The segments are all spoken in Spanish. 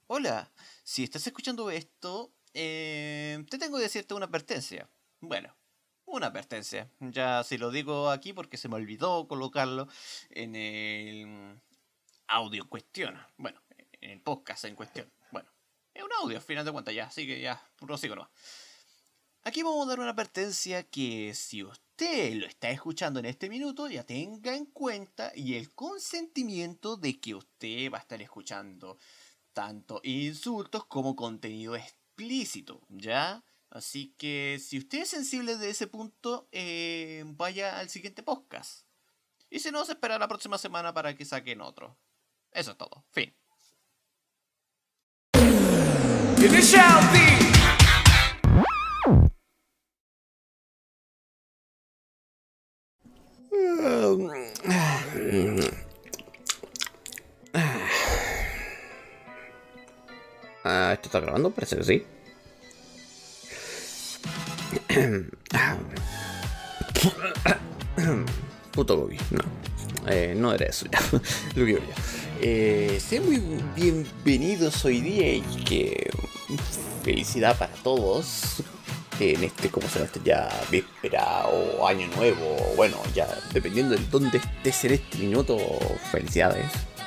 Hola, si estás escuchando esto, te tengo que decirte una advertencia. Bueno, una advertencia. Ya si lo digo aquí porque se me olvidó colocarlo en el audio en cuestión. Bueno, en el podcast en cuestión. Bueno, es un audio al final de cuentas ya, así que ya, prosigo nomás. Aquí vamos a dar una advertencia que si usted lo está escuchando en este minuto, ya tenga en cuenta y el consentimiento de que usted va a estar escuchando tanto insultos como contenido explícito, ¿ya? Así que si usted es sensible de ese punto, vaya al siguiente podcast. Y si no, se espera la próxima semana para que saquen otro. Eso es todo. Fin. Initial D. ¿Esto está grabando? Parece que sí. Puto COVID, no. No era eso ya. Lo que ya. Sean muy bienvenidos hoy día y que felicidad para todos en este, como se llama, ya víspera o año nuevo. Bueno, ya dependiendo de dónde estés en este minuto, felicidades.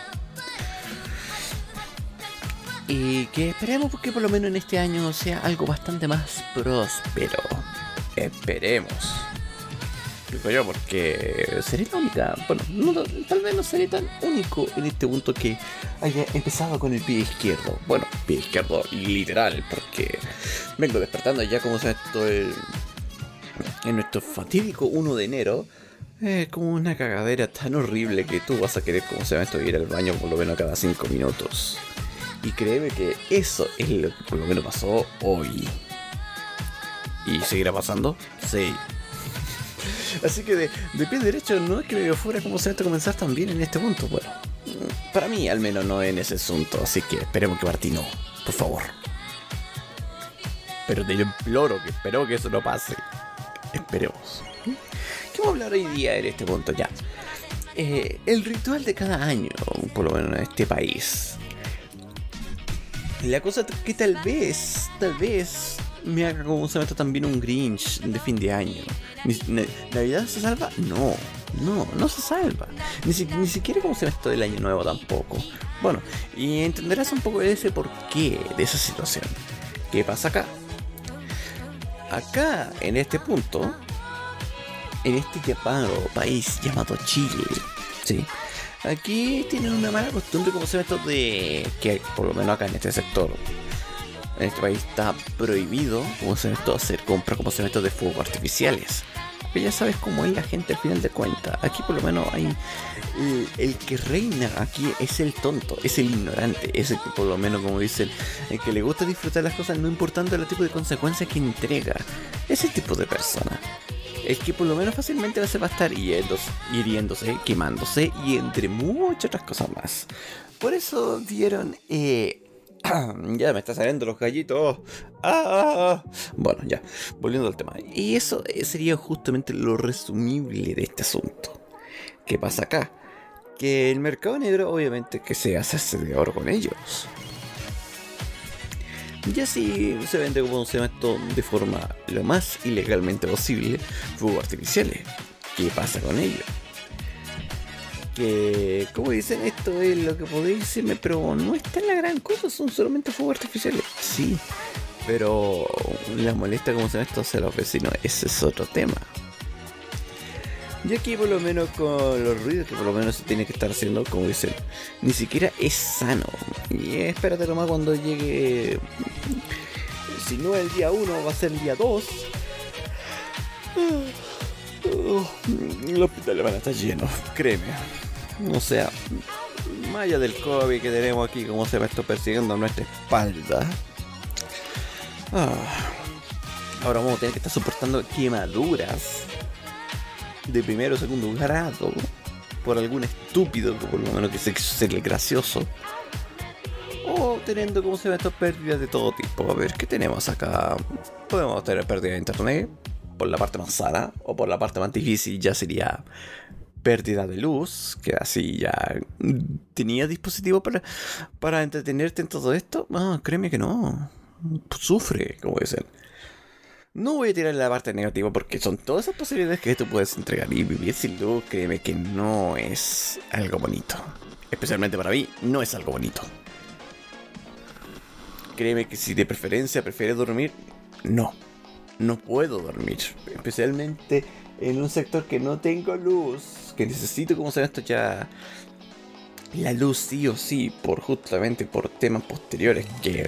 Y que esperemos que por lo menos en este año sea algo bastante más próspero. Esperemos. Digo yo, porque seré la única. Bueno, tal vez no seré tan único en este punto que haya empezado con el pie izquierdo. Bueno, pie izquierdo literal, porque vengo despertando ya como se esto en nuestro fatídico 1 de enero. Como una cagadera tan horrible que tú vas a querer, como se llama esto, ir al baño por lo menos cada 5 minutos. Y créeme que eso es lo que por lo menos pasó hoy. ¿Y seguirá pasando? Sí. Así que de pie derecho no es que me fuera como se va a comenzar también en este punto. Bueno, para mí al menos no en ese asunto. Así que esperemos que Martín no, por favor. Pero te lo imploro, que espero que eso no pase. Esperemos. ¿Qué vamos a hablar hoy día en este punto ya? El ritual de cada año, por lo menos en este país. La cosa que tal vez me haga como se meta también un Grinch de fin de año. ¿Navidad se salva? No se salva. Ni siquiera como se esto del año nuevo tampoco. Bueno, y entenderás un poco de ese porqué de esa situación. ¿Qué pasa acá? Acá, en este punto, en este llamado país llamado Chile, ¿sí? Aquí tienen una mala costumbre como se ve esto de que por lo menos acá en este sector, en este país está prohibido como se ve esto hacer compras como se ve esto de fuegos artificiales. Pero ya sabes cómo es la gente al final de cuentas. Aquí por lo menos hay el que reina aquí es el tonto, es el ignorante, es el que por lo menos como dicen, el que le gusta disfrutar las cosas no importando el tipo de consecuencias que entrega. Ese tipo de persona. Es que por lo menos fácilmente va a estar hiriéndose, quemándose y entre muchas otras cosas más. Por eso dieron... ya me están saliendo los gallitos. Bueno, ya, volviendo al tema. Y eso sería justamente lo resumible de este asunto. ¿Qué pasa acá? Que el mercado negro obviamente que se hace de oro con ellos. Y así se vende como se llama esto de forma lo más ilegalmente posible fuegos artificiales. ¿Qué pasa con ello? Que, como dicen, esto es lo que podéis decirme, pero no está en la gran cosa, son solamente fuegos artificiales. Sí, pero la molesta como se llama esto hacia los vecinos, ese es otro tema. Y aquí por lo menos con los ruidos que por lo menos se tiene que estar haciendo, como dicen, ni siquiera es sano. Y espérate nomás cuando llegue, si no es el día 1 va a ser el día 2. Los hospitales van a estar llenos, créeme. O sea, más allá del COVID que tenemos aquí, como se va esto persiguiendo a nuestra espalda. Ahora vamos a tener que estar soportando quemaduras de primero o segundo grado por algún estúpido que por lo menos que se le gracioso, o teniendo como se ve estas pérdidas de todo tipo. A ver, ¿qué tenemos acá? Podemos tener pérdida de internet por la parte más sana, o por la parte más difícil ya sería pérdida de luz, que así ya tenía dispositivo para entretenerte en todo esto. Créeme que no. Sufre, como dicen. No voy a tirar la parte negativa porque son todas esas posibilidades que tú puedes entregar. Y vivir sin luz, créeme que no es algo bonito. Especialmente para mí, no es algo bonito. Créeme que si de preferencia prefieres dormir, no puedo dormir. Especialmente en un sector que no tengo luz, que necesito, como se esto ya, la luz sí o sí, justamente por temas posteriores que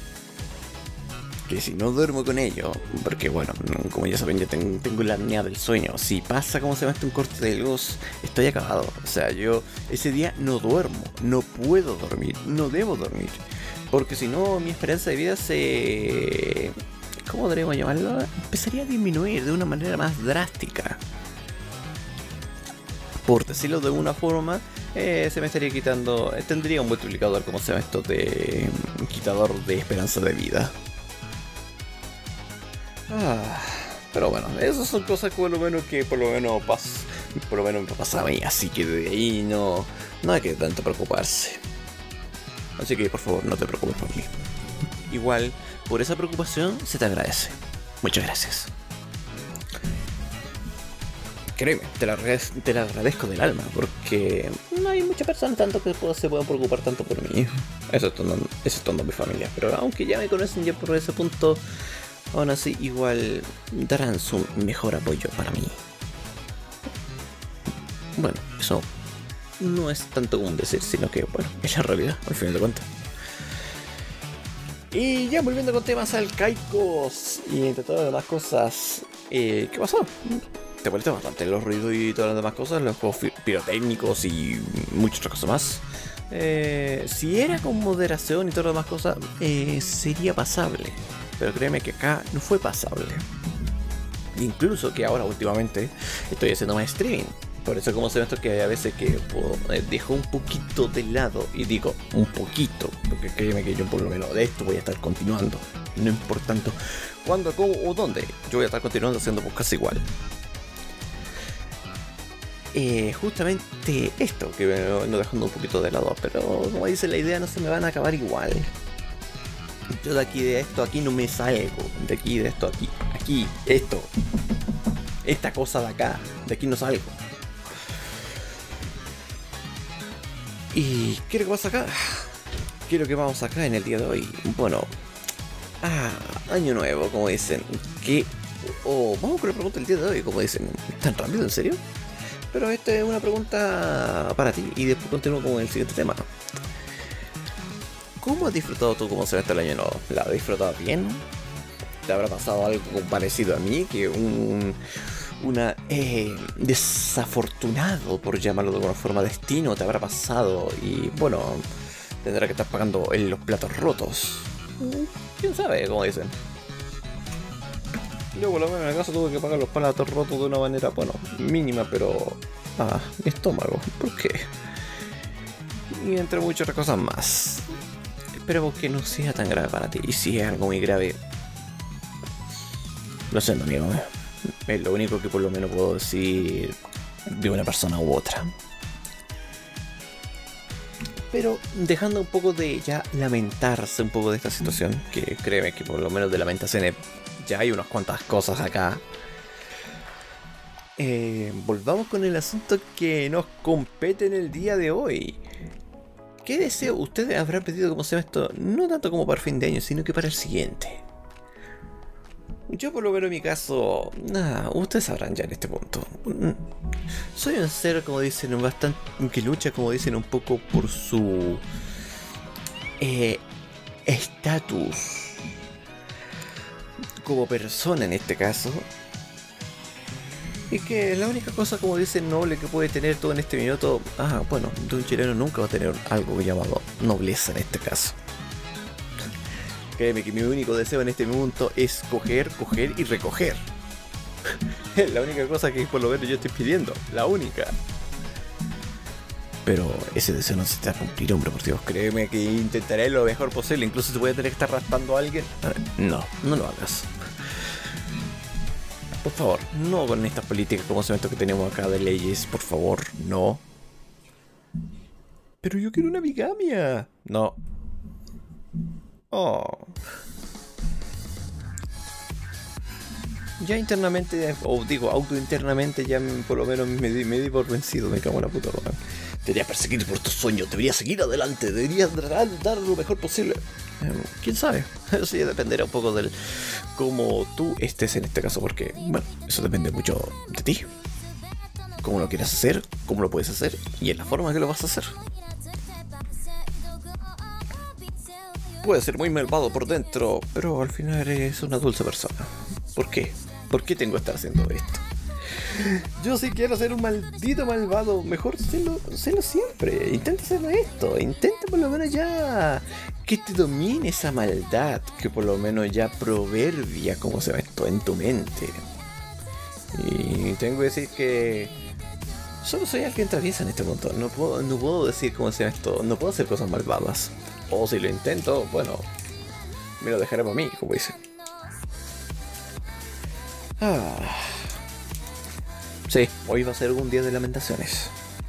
si no duermo con ello, porque bueno, como ya saben, ya tengo la apnea del sueño. Si pasa, como se llama, un corte de luz, estoy acabado. O sea, yo ese día no duermo, no puedo dormir, no debo dormir, porque si no mi esperanza de vida ¿cómo deberíamos llamarlo? Empezaría a disminuir de una manera más drástica. Por decirlo de una forma, se me estaría quitando, tendría un multiplicador, como se llama esto, de quitador de esperanza de vida. Pero bueno, esas son cosas que por lo menos me pasa a mí, así que de ahí no hay que tanto preocuparse. Así que por favor no te preocupes por mí. Igual, por esa preocupación se te agradece. Muchas gracias. Créeme, te la agradezco del alma, porque no hay muchas personas tanto que se puedan preocupar tanto por mí. Eso es todo mi familia. Pero aunque ya me conocen ya por ese punto, aún así igual darán su mejor apoyo para mí. Bueno, eso no es tanto como un decir, sino que bueno, es la realidad, al final de cuentas. Y ya volviendo con temas alcaicos y entre todas las demás cosas, ¿qué pasó? Te molesta bastante los ruidos y todas las demás cosas, los juegos pirotécnicos y muchas otras cosas más. Si era con moderación y todas las demás cosas, sería pasable. Pero créeme que acá no fue pasable. Incluso que ahora últimamente estoy haciendo más streaming. Por eso, como se ve esto, que a veces que dejo un poquito de lado, y digo un poquito, porque créeme que yo por lo menos de esto voy a estar continuando, no importa tanto cuándo, cómo o dónde, yo voy a estar continuando haciendo podcast igual. Justamente esto, que me ando dejando un poquito de lado, pero como dice la idea, no se me van a acabar igual. Yo de aquí de esto aquí no me salgo, de aquí de esto aquí, esto, esta cosa de acá, de aquí no salgo. ¿Y qué es lo que pasa acá? ¿Qué es lo que vamos acá en el día de hoy? Bueno, año nuevo, como dicen. Vamos con la pregunta del día de hoy, como dicen. ¿Tan rápido, en serio? Pero esta es una pregunta para ti y después continúo con el siguiente tema. ¿Cómo has disfrutado tú cómo se ve el año nuevo? ¿La has disfrutado bien? ¿Te habrá pasado algo parecido a mí? Que una desafortunado, por llamarlo de alguna forma, destino te habrá pasado y bueno, tendrá que estar pagando en los platos rotos. ¿Quién sabe? Como dicen. Yo por lo menos en el caso tuve que pagar los platos rotos de una manera, bueno, mínima, pero mi estómago. ¿Por qué? Y entre muchas otras cosas más. Espero que no sea tan grave para ti. Y si es algo muy grave, lo siento, amigo. Es lo único que por lo menos puedo decir de una persona u otra. Pero dejando un poco de ya lamentarse un poco de esta situación, que créeme que por lo menos de lamentaciones ya hay unas cuantas cosas acá. Volvamos con el asunto que nos compete en el día de hoy. ¿Qué deseo ustedes habrán pedido, como se llama esto? No tanto como para el fin de año, sino que para el siguiente. Yo por lo menos en mi caso, ustedes sabrán ya en este punto. Soy un ser, como dicen, bastante que lucha, como dicen, un poco por su estatus como persona en este caso. Y que la única cosa, como dicen, noble que puede tener todo en este minuto, bueno, de un chileno nunca va a tener algo llamado nobleza en este caso. Créeme que mi único deseo en este momento es coger y recoger. Es la única cosa que por lo menos yo estoy pidiendo, la única. Pero ese deseo no se te va a cumplir, hombre, por Dios. Créeme que intentaré lo mejor posible, incluso si voy a tener que estar raspando a alguien. No lo hagas. Por favor, no con estas políticas como se que tenemos acá de leyes, por favor, no. Pero yo quiero una bigamia. No. Oh. Ya internamente, o digo, autointernamente, ya por lo menos me di por vencido, me cago en la puta, weón. Deberías perseguir por tus sueños, deberías seguir adelante, deberías dar lo mejor posible. ¿Quién sabe? Eso ya dependerá un poco del cómo tú estés en este caso, porque, bueno, eso depende mucho de ti. Cómo lo quieres hacer, cómo lo puedes hacer y en la forma que lo vas a hacer. Puedes ser muy malvado por dentro, pero al final eres una dulce persona. ¿Por qué? ¿Por qué tengo que estar haciendo esto? Yo sí quiero ser un maldito malvado. Mejor sélo siempre. Intenta hacer esto. Intenta por lo menos ya que te domine esa maldad. Que por lo menos ya proverbia como se va esto en tu mente. Y tengo que decir que solo soy alguien traviesa en este punto. No puedo decir cómo se llama esto. No puedo hacer cosas malvadas. O si lo intento, bueno, me lo dejaré para mí, como dice. Sí, hoy va a ser un día de lamentaciones.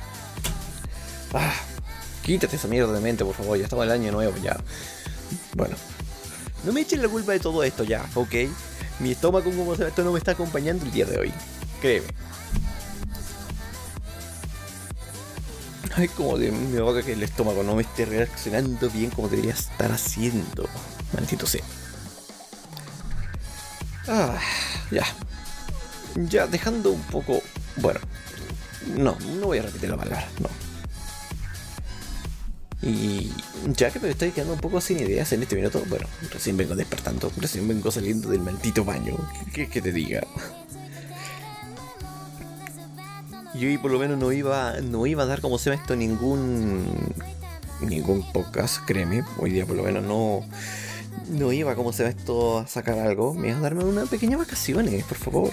Quítate esa mierda de mente, por favor. Ya estamos en el año nuevo, ya. Bueno, no me echen la culpa de todo esto ya, ¿ok? Mi estómago, como se ve, esto no me está acompañando el día de hoy. Créeme. Ay, como de mi boca que el estómago no me esté reaccionando bien como debería estar haciendo. Maldito sea. Ya. Ya dejando un poco... Bueno. No voy a repetir la palabra, no. Y ya que me estoy quedando un poco sin ideas en este minuto, bueno, recién vengo despertando, recién vengo saliendo del maldito baño. ¿Qué te diga? Y hoy por lo menos no iba a dar como se llama esto ningún podcast, créeme. Hoy día por lo menos no iba como se llama esto a sacar algo. Me iba a darme una pequeña vacaciones, por favor.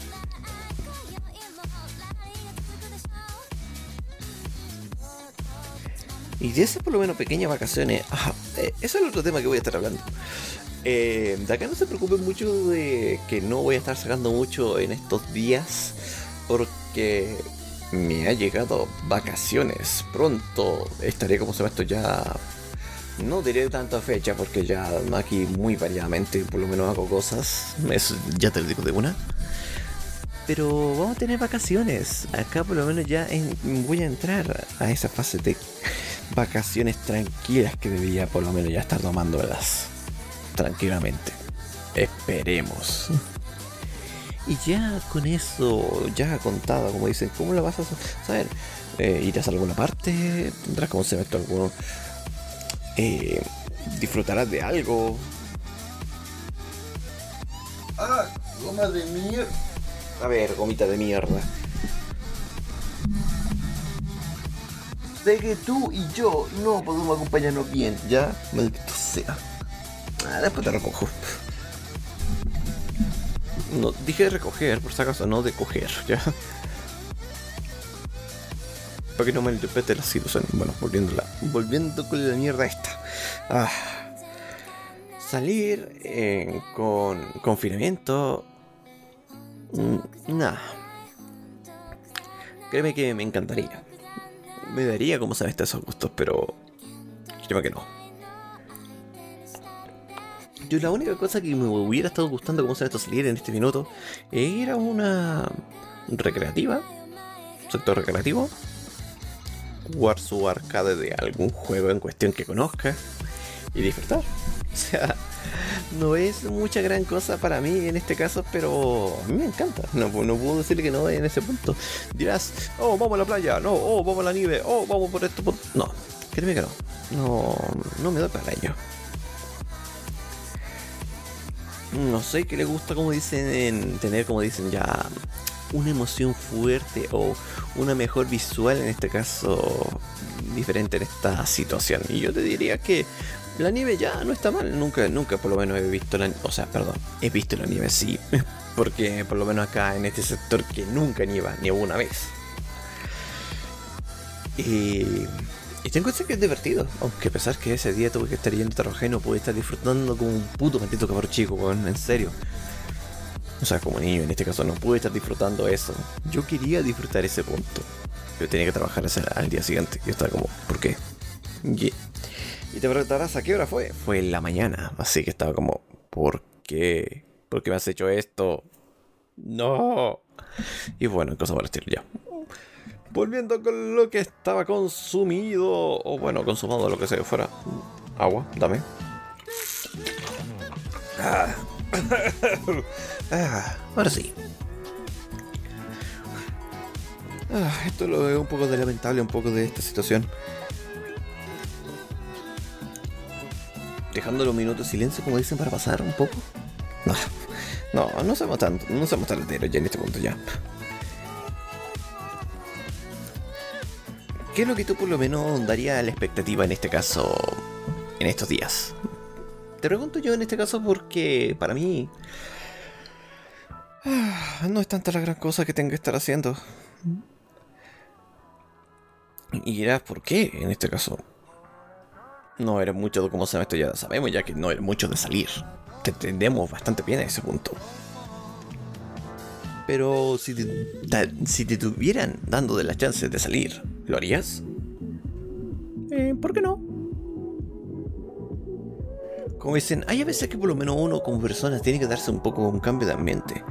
Y de esas por lo menos pequeñas vacaciones, eso es el otro tema que voy a estar hablando. De acá no se preocupen mucho de que no voy a estar sacando mucho en estos días, porque me ha llegado vacaciones. Pronto estaré como se llama esto ya. No diré tanta fecha porque ya aquí muy variadamente por lo menos hago cosas. Eso ya te lo digo de una. Pero vamos a tener vacaciones. Acá por lo menos ya voy a entrar a esa fase de vacaciones tranquilas que debería por lo menos ya estar tomándolas tranquilamente. Esperemos. Y ya con eso, ya contado, como dicen, ¿cómo lo vas a saber? ¿Irás a alguna parte? ¿Tendrás como se ve esto alguno? ¿Disfrutarás de algo? Goma de mierda. A ver, gomita de mierda. Sé que tú y yo no podemos acompañarnos bien, ¿ya? Maldito sea. Después te recojo. No, dije de recoger, por si acaso, no de coger, ¿ya? Para que no me interprete la situación. Bueno, volviendo con la mierda esta. Salir con confinamiento. Nada. Créeme que me encantaría. Me daría como sabes esos gustos, pero créeme que no. Yo la única cosa que me hubiera estado gustando como sabes esto salir en este minuto era una recreativa, sector recreativo, jugar su arcade de algún juego en cuestión que conozca y disfrutar. O sea, no es mucha gran cosa para mí en este caso, pero a mí me encanta. No puedo decirle que no en ese punto. Dirás, oh, vamos a la playa, no, oh, vamos a la nieve, oh, vamos por esto, no, créeme que no me doy para ello. No sé qué le gusta, como dicen, tener, como dicen ya, una emoción fuerte o una mejor visual, en este caso, diferente en esta situación. Y yo te diría que la nieve ya no está mal. Nunca por lo menos he visto he visto la nieve, sí. Porque por lo menos acá en este sector que nunca nieva, ni una vez. Y tengo que decir que es divertido. Aunque a pesar que ese día tuve que estar yendo a trabajar y no pude estar disfrutando como un puto maldito cabrón chico, weón, en serio. O sea, como niño en este caso no pude estar disfrutando eso. Yo quería disfrutar ese punto. Yo tenía que trabajar al día siguiente. Yo estaba como, ¿por qué? Y te preguntarás, ¿a qué hora fue? Fue en la mañana. Así que estaba como, ¿por qué? ¿Por qué me has hecho esto? ¡No! Y bueno, cosas por el estilo, ya. Volviendo con lo que estaba consumido, o bueno, consumado, lo que sea que fuera. Agua, dame. Ahora sí. Esto lo veo un poco de lamentable, un poco de esta situación. Dejando los minutos de silencio, como dicen, para pasar un poco. No seamos tan lateros ya en este punto ya. ¿Qué es lo que tú por lo menos daría la expectativa en este caso, en estos días? Te pregunto yo en este caso porque para mí no es tanta la gran cosa que tengo que estar haciendo. Y dirás, ¿por qué en este caso? No eres mucho de cómo se llama esto, ya sabemos ya que no eres mucho de salir. Te entendemos bastante bien a ese punto. Pero si te tuvieran dando de las chances de salir, ¿lo harías? ¿Por qué no? Como dicen, hay a veces que por lo menos uno como persona tiene que darse un poco un cambio de ambiente.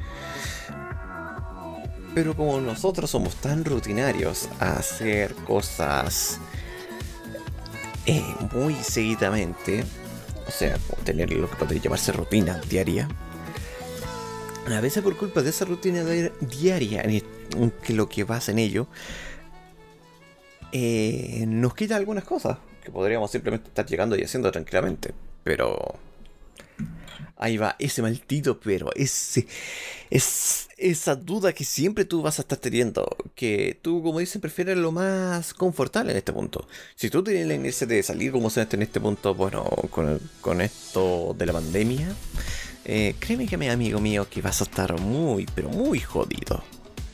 Pero como nosotros somos tan rutinarios a hacer cosas muy seguidamente, o sea, tener lo que podría llamarse rutina diaria, a veces por culpa de esa rutina diaria, que lo que pasa en ello, nos quita algunas cosas que podríamos simplemente estar llegando y haciendo tranquilamente. Pero ahí va ese maldito pero, esa duda que siempre tú vas a estar teniendo, que tú, como dicen, prefieres lo más confortable en este punto. Si tú tienes la inercia de salir como sea en este punto, bueno, con esto de la pandemia, créeme que mi amigo mío que vas a estar muy, pero muy jodido.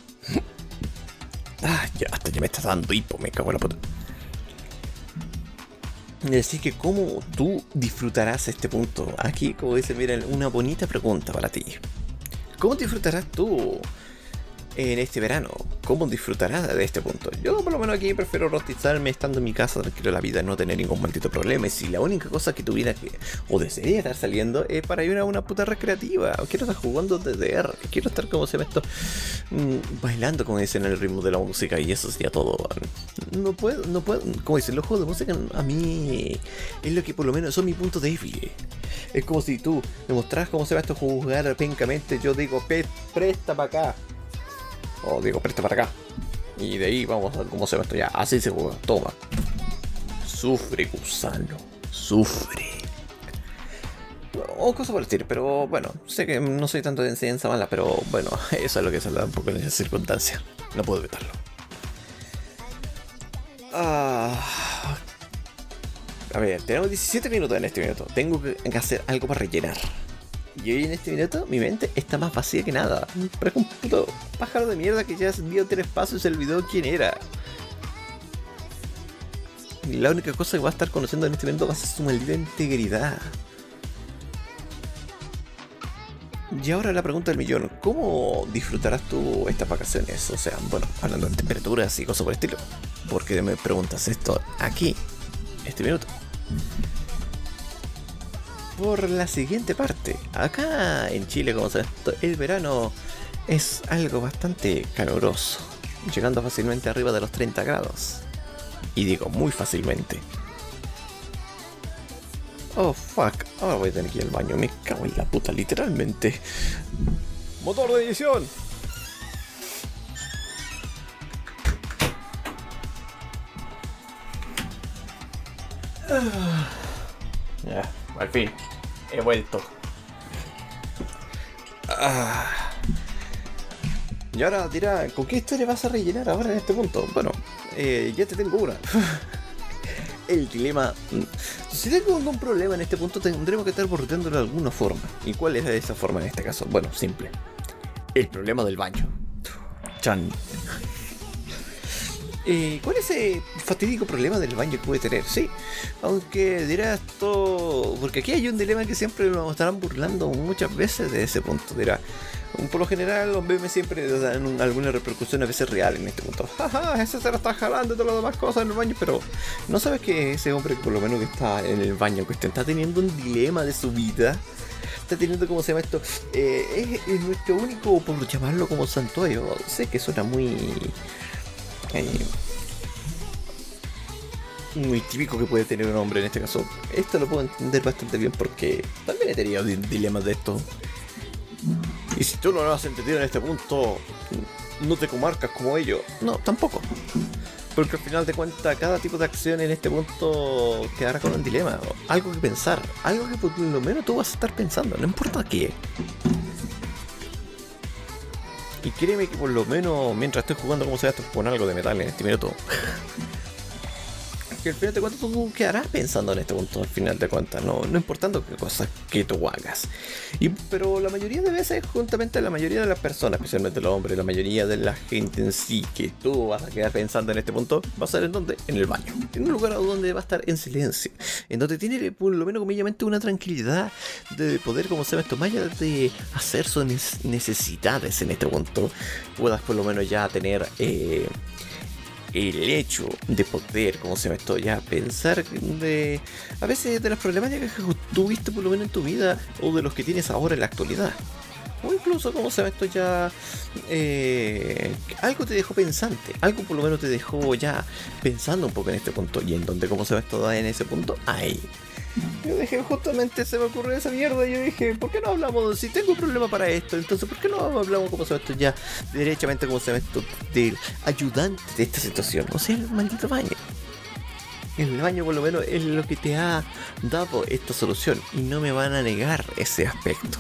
Hasta ya me estás dando hipo, me cago en la puta. Así que, ¿cómo tú disfrutarás este punto? Aquí, como dicen, miren, una bonita pregunta para ti. ¿Cómo disfrutarás tú en este verano? ¿Cómo disfrutarás de este punto? Yo por lo menos aquí prefiero rostizarme estando en mi casa tranquilo la vida, no tener ningún maldito problema. Y si la única cosa que tuviera que, o desearía estar saliendo, es para ir a una puta recreativa. Quiero estar jugando DDR, quiero estar, como se llama esto, bailando, como dicen, en el ritmo de la música. Y eso sería todo. No puedo, como dicen, los juegos de música a mí es lo que por lo menos son mi punto débil. Es como si tú me mostrás cómo se va esto a jugar pencamente. Yo digo, presta para acá. O digo, presta para acá. Y de ahí vamos a ver cómo se va esto ya. Así se juega. Toma. Sufre, gusano. Sufre. O cosas por el estilo. Pero bueno, sé que no soy tanto de enseñanza mala. Pero bueno, eso es lo que se da un poco en esas circunstancias. No puedo evitarlo. A ver, tenemos 17 minutos en este minuto. Tengo que hacer algo para rellenar. Y hoy en este minuto mi mente está más vacía que nada. Parece un puto pájaro de mierda que ya dio 3 pasos y se olvidó quién era. Y la única cosa que va a estar conociendo en este minuto va a ser su maldita integridad. Y ahora la pregunta del millón. ¿Cómo disfrutarás tú estas vacaciones? O sea, bueno, hablando de temperaturas y cosas por el estilo. ¿Por qué me preguntas esto aquí, este minuto? Por la siguiente parte. Acá en Chile, como sabes, el verano es algo bastante caluroso, llegando fácilmente arriba de los 30 grados. Y digo muy fácilmente. Oh fuck, ahora voy a tener que ir al baño, me cago en la puta, literalmente. Motor de edición. Ya, al fin, he vuelto. Y ahora dirá, ¿con qué historia vas a rellenar ahora en este punto? Bueno, ya te tengo una. El dilema. Si tengo algún problema en este punto, tendremos que estar bordeándolo de alguna forma. ¿Y cuál es esa forma en este caso? Bueno, simple. El problema del baño. Chan. ¿Cuál es ese fatídico problema del baño que puede tener? Sí, aunque dirás todo... Porque aquí hay un dilema que siempre nos estarán burlando muchas veces de ese punto. Dirá, Por lo general los memes siempre dan alguna repercusión a veces real en este punto. Jaja, ese se la está jalando y todas las demás cosas en el baño, pero no sabes que ese hombre, por lo menos que está en el baño, que está teniendo un dilema de su vida. Está teniendo, ¿cómo se llama esto? Es nuestro único, por llamarlo como santuario. Sé que suena muy típico que puede tener un hombre en este caso. Esto lo puedo entender bastante bien porque también he tenido dilemas de esto. Y si tú no lo has entendido en este punto, no te comarcas como ellos. No, tampoco. Porque al final de cuentas, cada tipo de acción en este punto quedará con un dilema. Algo que pensar. Algo que por lo menos tú vas a estar pensando. No importa qué. Y créeme que por lo menos mientras estoy jugando como sea esto con algo de metal en este minuto. Que al final de cuentas tú quedarás pensando en este punto, al final de cuentas, no importando qué cosas que tú hagas. Pero la mayoría de veces, juntamente la mayoría de las personas, especialmente los hombres, la mayoría de la gente en sí, que tú vas a quedar pensando en este punto, va a ser en donde, en el baño. En un lugar donde va a estar en silencio, en donde tiene por lo menos comillamente una tranquilidad de poder, como se llama esto, más allá de hacer sus necesidades en este punto, puedas por lo menos ya tener el hecho de poder, como se llama esto, ya pensar de a veces de las problemáticas que tuviste por lo menos en tu vida o de los que tienes ahora en la actualidad, o incluso, como se llama esto, ya algo te dejó pensante, algo por lo menos te dejó ya pensando un poco en este punto, y en donde, como se llama esto, en ese punto, ahí yo dije, justamente se me ocurrió esa mierda. Y yo dije, ¿por qué no hablamos? Si tengo un problema para esto, entonces ¿por qué no hablamos, como se llama esto, ya derechamente, como se llama esto, del ayudante de esta situación? O sea, el maldito baño. El baño por lo menos es lo que te ha dado esta solución, y no me van a negar ese aspecto.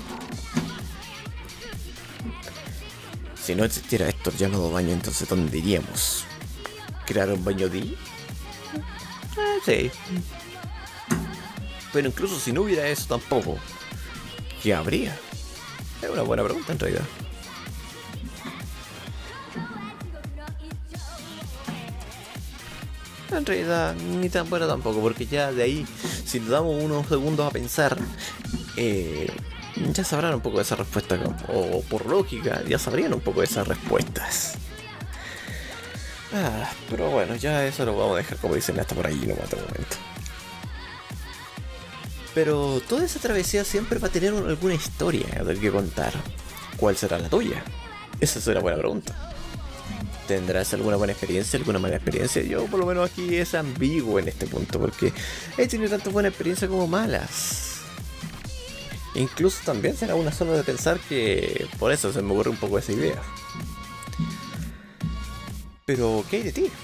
Si no existiera esto llamado baño, entonces ¿dónde iríamos? ¿Crear un baño de? Sí. Pero incluso si no hubiera eso tampoco, ¿qué habría? Es una buena pregunta en realidad. En realidad, ni tan buena tampoco, porque ya de ahí, si le damos unos segundos a pensar, ya sabrán un poco de esa respuesta, o por lógica, ya sabrían un poco de esas respuestas. Pero bueno, ya eso lo vamos a dejar, como dicen, hasta por ahí, no mata un momento. Pero toda esa travesía siempre va a tener alguna historia de que contar. ¿Cuál será la tuya? Esa es una buena pregunta. ¿Tendrás alguna buena experiencia, alguna mala experiencia? Yo por lo menos aquí es ambiguo en este punto, porque he tenido tanto buena experiencia como malas. Incluso también será una zona de pensar que por eso se me ocurre un poco esa idea. Pero, ¿qué hay de ti?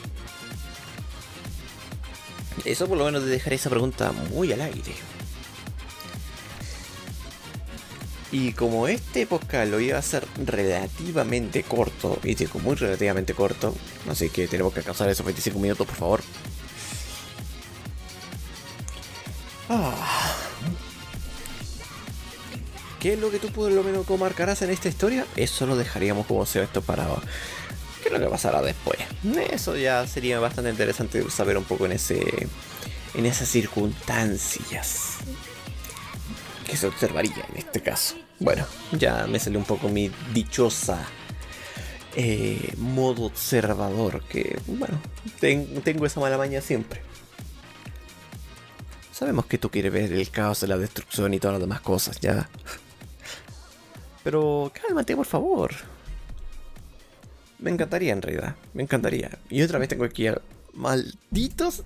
Eso por lo menos te dejaré esa pregunta muy al aire. Y como este podcast lo iba a hacer relativamente corto, y digo muy relativamente corto, así que tenemos que alcanzar esos 25 minutos, por favor. ¿Qué es lo que tú por lo menos marcarás en esta historia? Eso lo dejaríamos como sea esto para qué es lo que pasará después. Eso ya sería bastante interesante saber un poco en esas circunstancias que se observaría en este caso. Bueno, ya me salió un poco mi dichosa modo observador, que bueno, tengo esa mala maña siempre. Sabemos que tú quieres ver el caos, la destrucción y todas las demás cosas, ya. Pero cálmate, por favor. Me encantaría, en realidad, me encantaría. Y otra vez tengo aquí a malditos.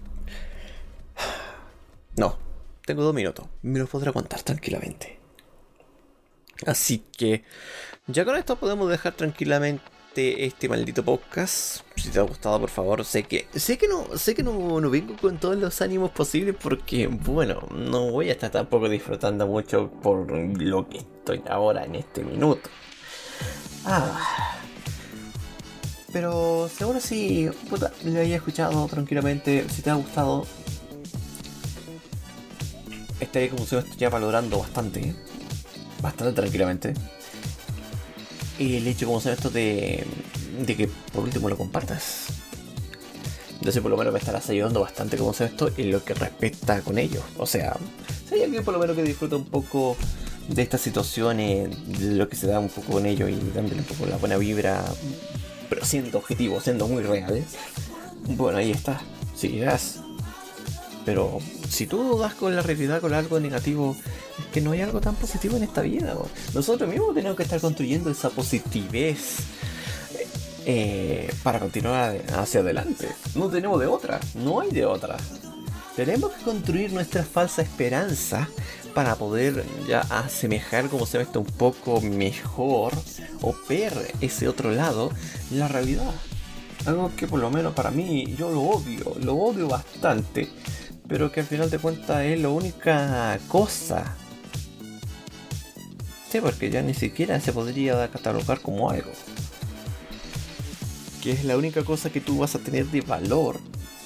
No, tengo 2 minutos, me los podré aguantar tranquilamente. Así que ya con esto podemos dejar tranquilamente este maldito podcast. Si te ha gustado, por favor, sé que no vengo con todos los ánimos posibles, porque bueno, no voy a estar tampoco disfrutando mucho por lo que estoy ahora en este minuto. Pero seguro si lo haya escuchado tranquilamente, si te ha gustado, estaré como se ya valorando bastante tranquilamente el hecho, como sea esto, de que por último lo compartas. Entonces por lo menos me estarás ayudando bastante, como sea esto, en lo que respecta con ello. O sea, si hay alguien por lo menos que disfruta un poco de estas situaciones, de lo que se da un poco con ellos y dándole un poco la buena vibra, pero siendo objetivo, siendo muy real. Bueno, ahí está, seguirás. Pero si tú das con la realidad con algo negativo, es que no hay algo tan positivo en esta vida. Nosotros mismos tenemos que estar construyendo esa positivez para continuar hacia adelante. No tenemos de otra, no hay de otra. Tenemos que construir nuestra falsa esperanza para poder ya asemejar como se ve esto un poco mejor o ver ese otro lado, la realidad. Algo que por lo menos para mí yo lo odio bastante, pero que al final de cuentas es la única cosa. Sí, porque ya ni siquiera se podría catalogar como algo. Que es la única cosa que tú vas a tener de valor.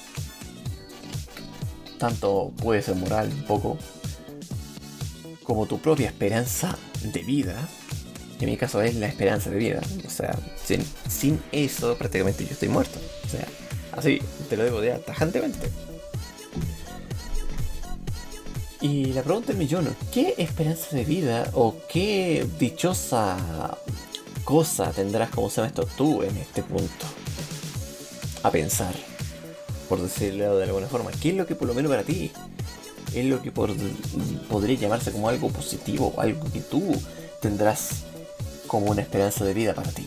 Tanto puede ser moral un poco, como tu propia esperanza de vida. En mi caso es la esperanza de vida. O sea, sin eso prácticamente yo estoy muerto. O sea, así te lo digo ya tajantemente. Y la pregunta del millón, ¿qué esperanza de vida o qué dichosa cosa tendrás, como se llama esto, tú en este punto? A pensar, por decirlo de alguna forma, ¿qué es lo que por lo menos para ti es lo que podría llamarse como algo positivo, algo que tú tendrás como una esperanza de vida para ti?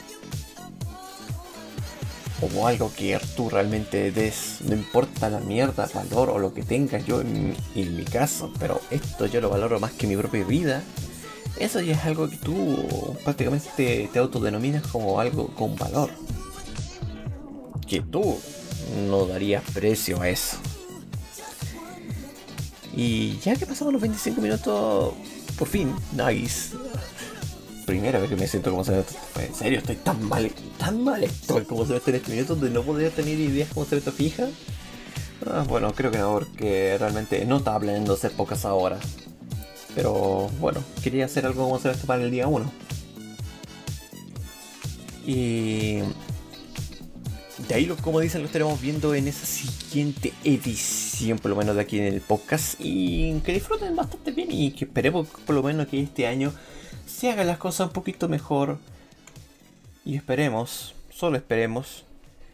Como algo que tú realmente des, no importa la mierda, valor o lo que tengas. Yo en mi caso, pero esto yo lo valoro más que mi propia vida. Eso ya es algo que tú prácticamente te autodenominas como algo con valor, que tú no darías precio a eso. Y ya que pasamos los 25 minutos, por fin, nice. Primera vez que me siento como se ve. En serio, estoy tan mal estoy como se ve en este minuto de no poder tener ideas como se ve esto fija. Bueno, creo que no, porque realmente no estaba planeando hacer pocas ahora. Pero bueno, quería hacer algo como se ve esto para el día 1. Y de ahí, como dicen, lo estaremos viendo en esa siguiente edición, por lo menos de aquí en el podcast. Y que disfruten bastante bien y que esperemos por lo menos que este año se hagan las cosas un poquito mejor. Y esperemos, solo esperemos,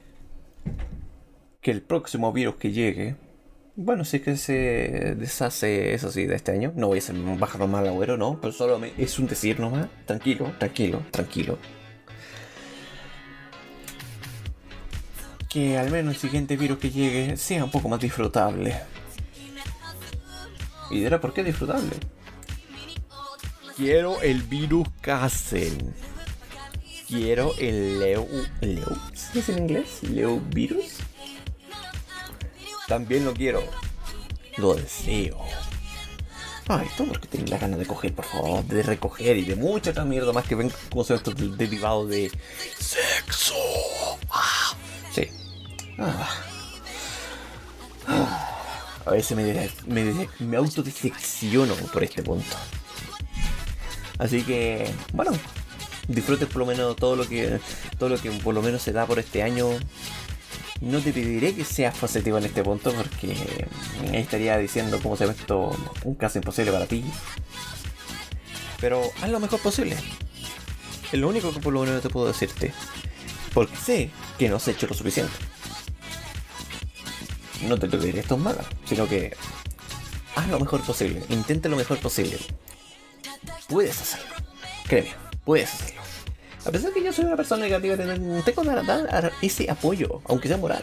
que el próximo virus que llegue, bueno, si es que se deshace, eso sí, de este año, no voy a ser bajar más agüero, no, pero solo es un decir nomás. Tranquilo. Que al menos el siguiente virus que llegue sea un poco más disfrutable. Y dirá, ¿por qué disfrutable? Quiero el virus Castle. Quiero el Leo. ¿Sí es en inglés? Leo virus. También lo quiero. Lo deseo. Ay, todo porque tengo la ganas de coger, por favor. De recoger y de mucha otra mierda más que ven como se estos derivados de sexo. Sí. A veces me autodisecciono por este punto. Así que, bueno, disfrutes por lo menos todo lo que por lo menos se da por este año. No te pediré que seas positivo en este punto, porque estaría diciendo como se ve esto un caso imposible para ti. Pero haz lo mejor posible. Es lo único que por lo menos te puedo decirte, porque sé que no has hecho lo suficiente. No te pediré esto malo, sino que haz lo mejor posible, intenta lo mejor posible. Puedes hacerlo, créeme, puedes hacerlo. A pesar de que yo soy una persona negativa, tengo que dar ese apoyo, aunque sea moral.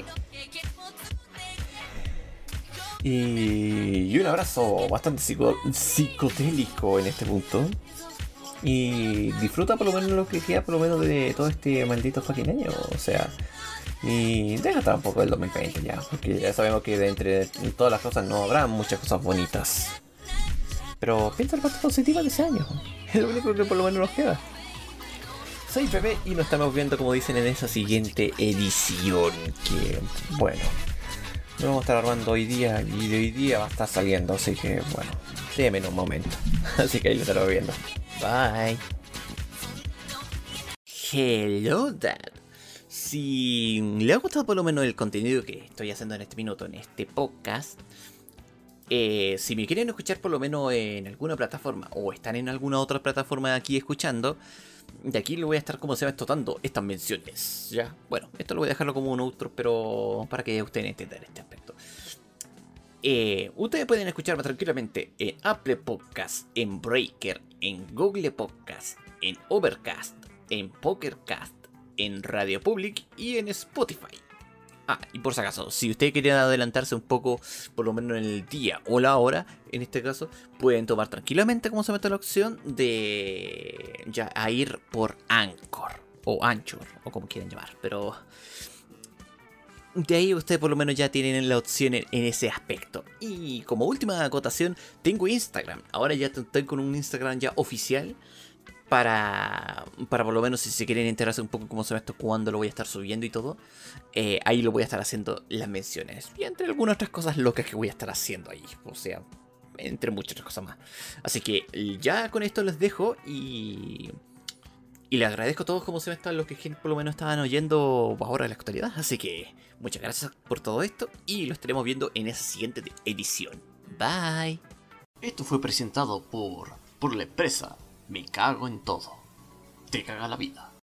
Y un abrazo bastante psicodélico en este punto. Y disfruta por lo menos lo que queda por lo menos de todo este maldito fucking año. O sea, y deja estar un poco el 2020 ya, porque ya sabemos que de entre todas las cosas no habrá muchas cosas bonitas. Pero piensa en la parte positiva de ese año. Es lo único que por lo menos nos queda. Soy Pepe y nos estamos viendo, como dicen, en esa siguiente edición. Que, bueno, lo vamos a estar armando hoy día y de hoy día va a estar saliendo. Así que, bueno, déjame un momento. Así que ahí lo estaremos viendo. Bye. Hello, Dad. Si le ha gustado por lo menos el contenido que estoy haciendo en este minuto, en este podcast, Si me quieren escuchar por lo menos en alguna plataforma o están en alguna otra plataforma aquí escuchando, de aquí lo voy a estar como se va explotando estas menciones, ¿ya? Bueno, esto lo voy a dejarlo como un outro, pero para que ustedes entiendan este aspecto. Ustedes pueden escucharme tranquilamente en Apple Podcast, en Breaker, en Google Podcast, en Overcast, en Pokercast, en Radio Public y en Spotify. Ah, y por si acaso, si ustedes quieren adelantarse un poco, por lo menos en el día o la hora, en este caso, pueden tomar tranquilamente como se mete la opción de ya a ir por Anchor o Anchor o como quieran llamar, pero de ahí ustedes por lo menos ya tienen la opción en ese aspecto. Y como última acotación, tengo Instagram. Ahora ya estoy con un Instagram ya oficial. Para por lo menos si se quieren enterarse un poco cómo se ve esto, cuándo lo voy a estar subiendo y todo, ahí lo voy a estar haciendo las menciones. Y entre algunas otras cosas locas que voy a estar haciendo ahí. O sea, entre muchas otras cosas más. Así que ya con esto les dejo y les agradezco a todos como se ven los que por lo menos estaban oyendo ahora en la actualidad. Así que muchas gracias por todo esto y lo estaremos viendo en esa siguiente edición. Bye. Esto fue presentado por la empresa Me Cago en Todo. Te caga la vida.